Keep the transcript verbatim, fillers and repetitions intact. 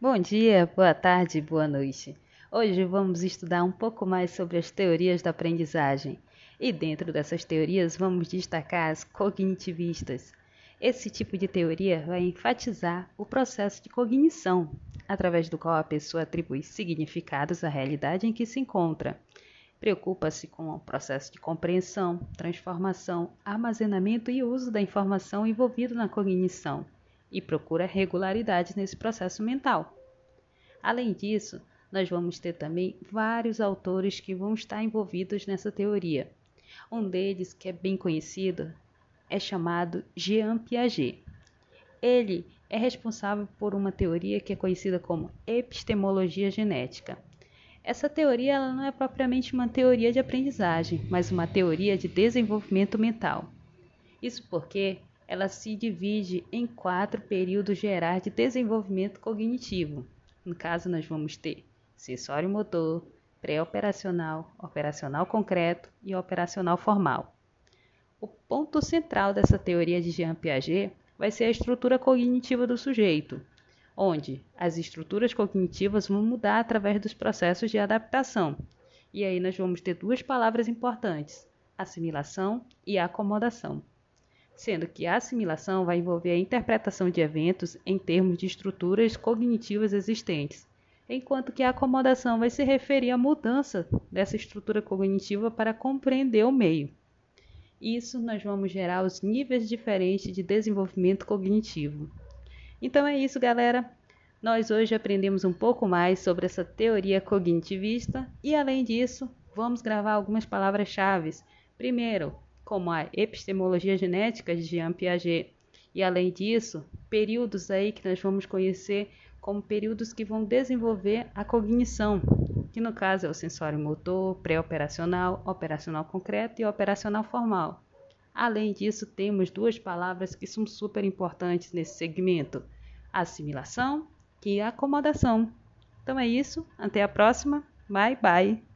Bom dia, boa tarde, boa noite. Hoje vamos estudar um pouco mais sobre as teorias da aprendizagem. E dentro dessas teorias vamos destacar as cognitivistas. Esse tipo de teoria vai enfatizar o processo de cognição, através do qual a pessoa atribui significados à realidade em que se encontra. Preocupa-se com o processo de compreensão, transformação, armazenamento e uso da informação envolvido na cognição e procura regularidades nesse processo mental. Além disso, nós vamos ter também vários autores que vão estar envolvidos nessa teoria. Um deles, que é bem conhecido, é chamado Jean Piaget. Ele é responsável por uma teoria que é conhecida como epistemologia genética. Essa teoria ela não é propriamente uma teoria de aprendizagem, mas uma teoria de desenvolvimento mental. Isso porque ela se divide em quatro períodos gerais de desenvolvimento cognitivo. No caso, nós vamos ter sensório-motor, pré-operacional, operacional concreto e operacional formal. O ponto central dessa teoria de Jean Piaget vai ser a estrutura cognitiva do sujeito, onde as estruturas cognitivas vão mudar através dos processos de adaptação. E aí nós vamos ter duas palavras importantes, assimilação e acomodação. Sendo que a assimilação vai envolver a interpretação de eventos em termos de estruturas cognitivas existentes, enquanto que a acomodação vai se referir à mudança dessa estrutura cognitiva para compreender o meio. Isso nós vamos gerar os níveis diferentes de desenvolvimento cognitivo. Então é isso, galera. Nós hoje aprendemos um pouco mais sobre essa teoria cognitivista e, além disso, vamos gravar algumas palavras-chave. Primeiro, como a epistemologia genética de Jean Piaget. E, além disso, períodos aí que nós vamos conhecer como períodos que vão desenvolver a cognição, que no caso é o sensório motor, pré-operacional, operacional concreto e operacional formal. Além disso, temos duas palavras que são super importantes nesse segmento, assimilação e acomodação. Então é isso, até a próxima, bye bye!